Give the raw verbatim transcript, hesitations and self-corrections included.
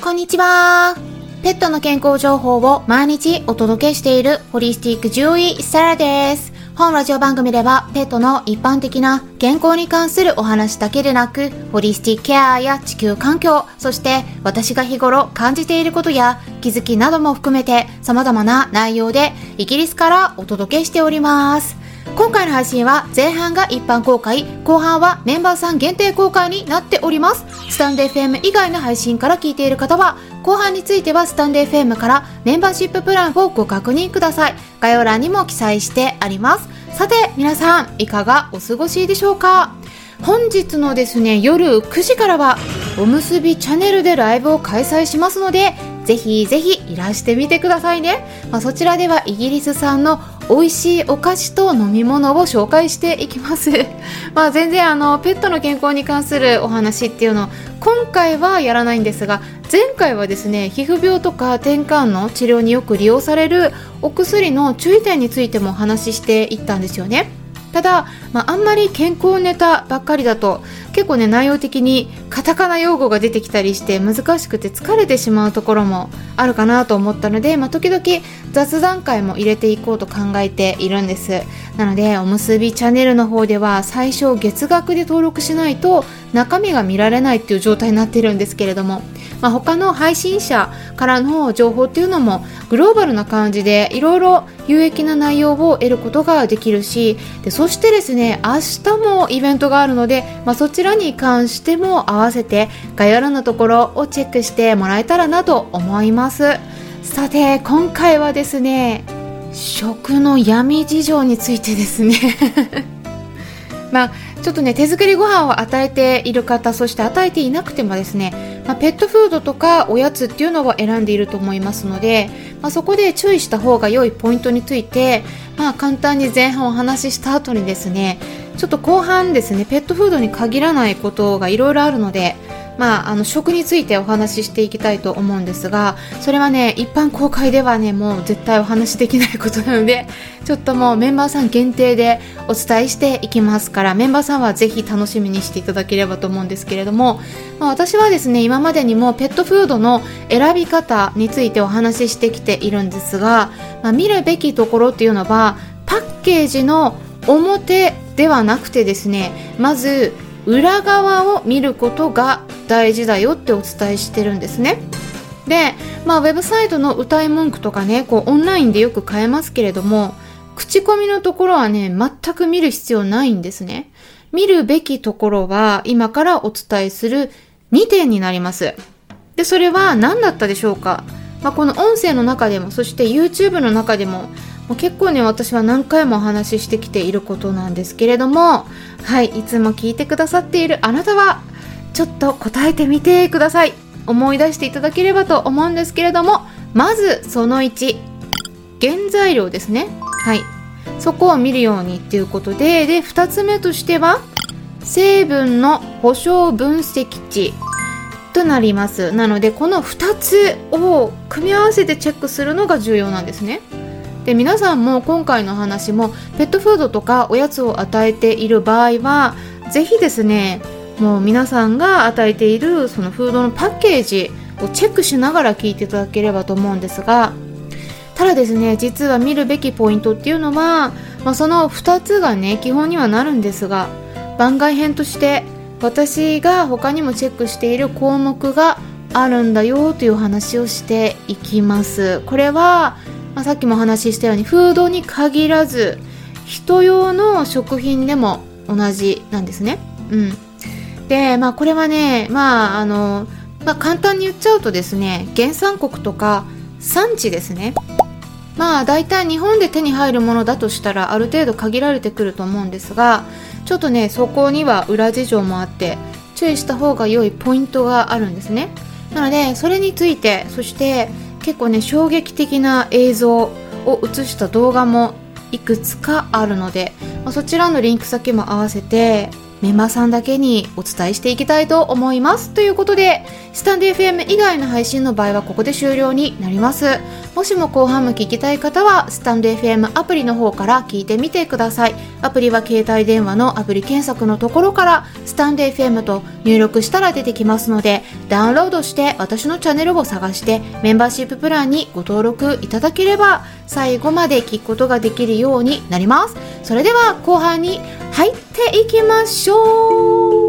こんにちは。ペットの健康情報を毎日お届けしているホリスティック獣医サラです。本ラジオ番組ではペットの一般的な健康に関するお話だけでなく、ホリスティックケアや地球環境、そして私が日頃感じていることや気づきなども含めて様々な内容でイギリスからお届けしております。今回の配信は前半が一般公開、後半はメンバーさん限定公開になっております。スタンド エフエム 以外の配信から聞いている方は、後半についてはスタンド エフエム からメンバーシッププランをご確認ください。概要欄にも記載してあります。さて皆さん、いかがお過ごしでしょうか。本日のですね、夜くじからはおむすびチャンネルでライブを開催しますので、ぜひぜひいらしてみてくださいね。まあ、そちらではイギリス産の美味しいお菓子と飲み物を紹介していきますまあ全然あのペットの健康に関するお話っていうのを今回はやらないんですが、前回はですね、皮膚病とか転換の治療によく利用されるお薬の注意点についてもお話ししていったんですよね。ただ、まあ、あんまり健康ネタばっかりだと結構ね、内容的にカタカナ用語が出てきたりして難しくて疲れてしまうところもあるかなと思ったので、まあ、時々雑談会も入れていこうと考えているんです。なのでおむすびチャンネルの方では最初月額で登録しないと中身が見られないっていう状態になっているんですけれども、まあ、他の配信者からの情報っていうのもグローバルな感じでいろいろ有益な内容を得ることができるし、でそしてですね、明日もイベントがあるので、まあ、そちらに関しても合わせて概要欄のところをチェックしてもらえたらなと思います。さて今回はですね、食の闇事情についてですねまあちょっとね、手作りご飯を与えている方、そして与えていなくてもですね、まあ、ペットフードとかおやつっていうのを選んでいると思いますので、まあ、そこで注意した方が良いポイントについて、まあ、簡単に前半お話しした後にですね、ちょっと後半ですね、ペットフードに限らないことがいろいろあるので、まあ、あの食についてお話ししていきたいと思うんですが、それはね、一般公開ではね、もう絶対お話しできないことなので、ちょっともうメンバーさん限定でお伝えしていきますから、メンバーさんはぜひ楽しみにしていただければと思うんですけれども、まあ、私はですね、今までにもペットフードの選び方についてお話ししてきているんですが、まあ、見るべきところっていうのはパッケージの表ではなくてですね、まず裏側を見ることが大事だよってお伝えしてるんですね。で、まあ、ウェブサイトの謳い文句とかね、こうオンラインでよく買えますけれども、口コミのところはね、全く見る必要ないんですね。見るべきところは今からお伝えするにてんになります。で、それは何だったでしょうか。まあ、この音声の中でも、そして YouTube の中でも、もう結構ね、私は何回もお話ししてきていることなんですけれども、はい、いつも聞いてくださっているあなたはちょっと答えてみてください。思い出していただければと思うんですけれども、まずそのいち、原材料ですね。はい、そこを見るようにっていうことで、でふたつめとしては成分の保証分析値となります。なのでこのふたつを組み合わせてチェックするのが重要なんですね。で、皆さんも今回の話もペットフードとかおやつを与えている場合は、ぜひですね、もう皆さんが与えているそのフードのパッケージをチェックしながら聞いていただければと思うんですが、ただですね、実は見るべきポイントっていうのは、まあ、そのふたつがね、基本にはなるんですが、番外編として私が他にもチェックしている項目があるんだよという話をしていきます。これはまあ、さっきもお話ししたようにフードに限らず人用の食品でも同じなんですね。うん、で、まあ、これはね、まああのまあ、簡単に言っちゃうとですね、原産国とか産地ですね。まあだいたい日本で手に入るものだとしたらある程度限られてくると思うんですが、ちょっとね、そこには裏事情もあって注意した方が良いポイントがあるんですね。なのでそれについて、そして結構ね、衝撃的な映像を映した動画もいくつかあるので、まあ、そちらのリンク先も合わせてメンバーさんだけにお伝えしていきたいと思います。ということでスタンド エフエム 以外の配信の場合はここで終了になります。もしも後半も聞きたい方はスタンド エフエム アプリの方から聞いてみてください。アプリは携帯電話のアプリ検索のところからスタンド エフエム と入力したら出てきますので、ダウンロードして私のチャンネルを探してメンバーシッププランにご登録いただければ最後まで聞くことができるようになります。それでは後半に入っていきましょう。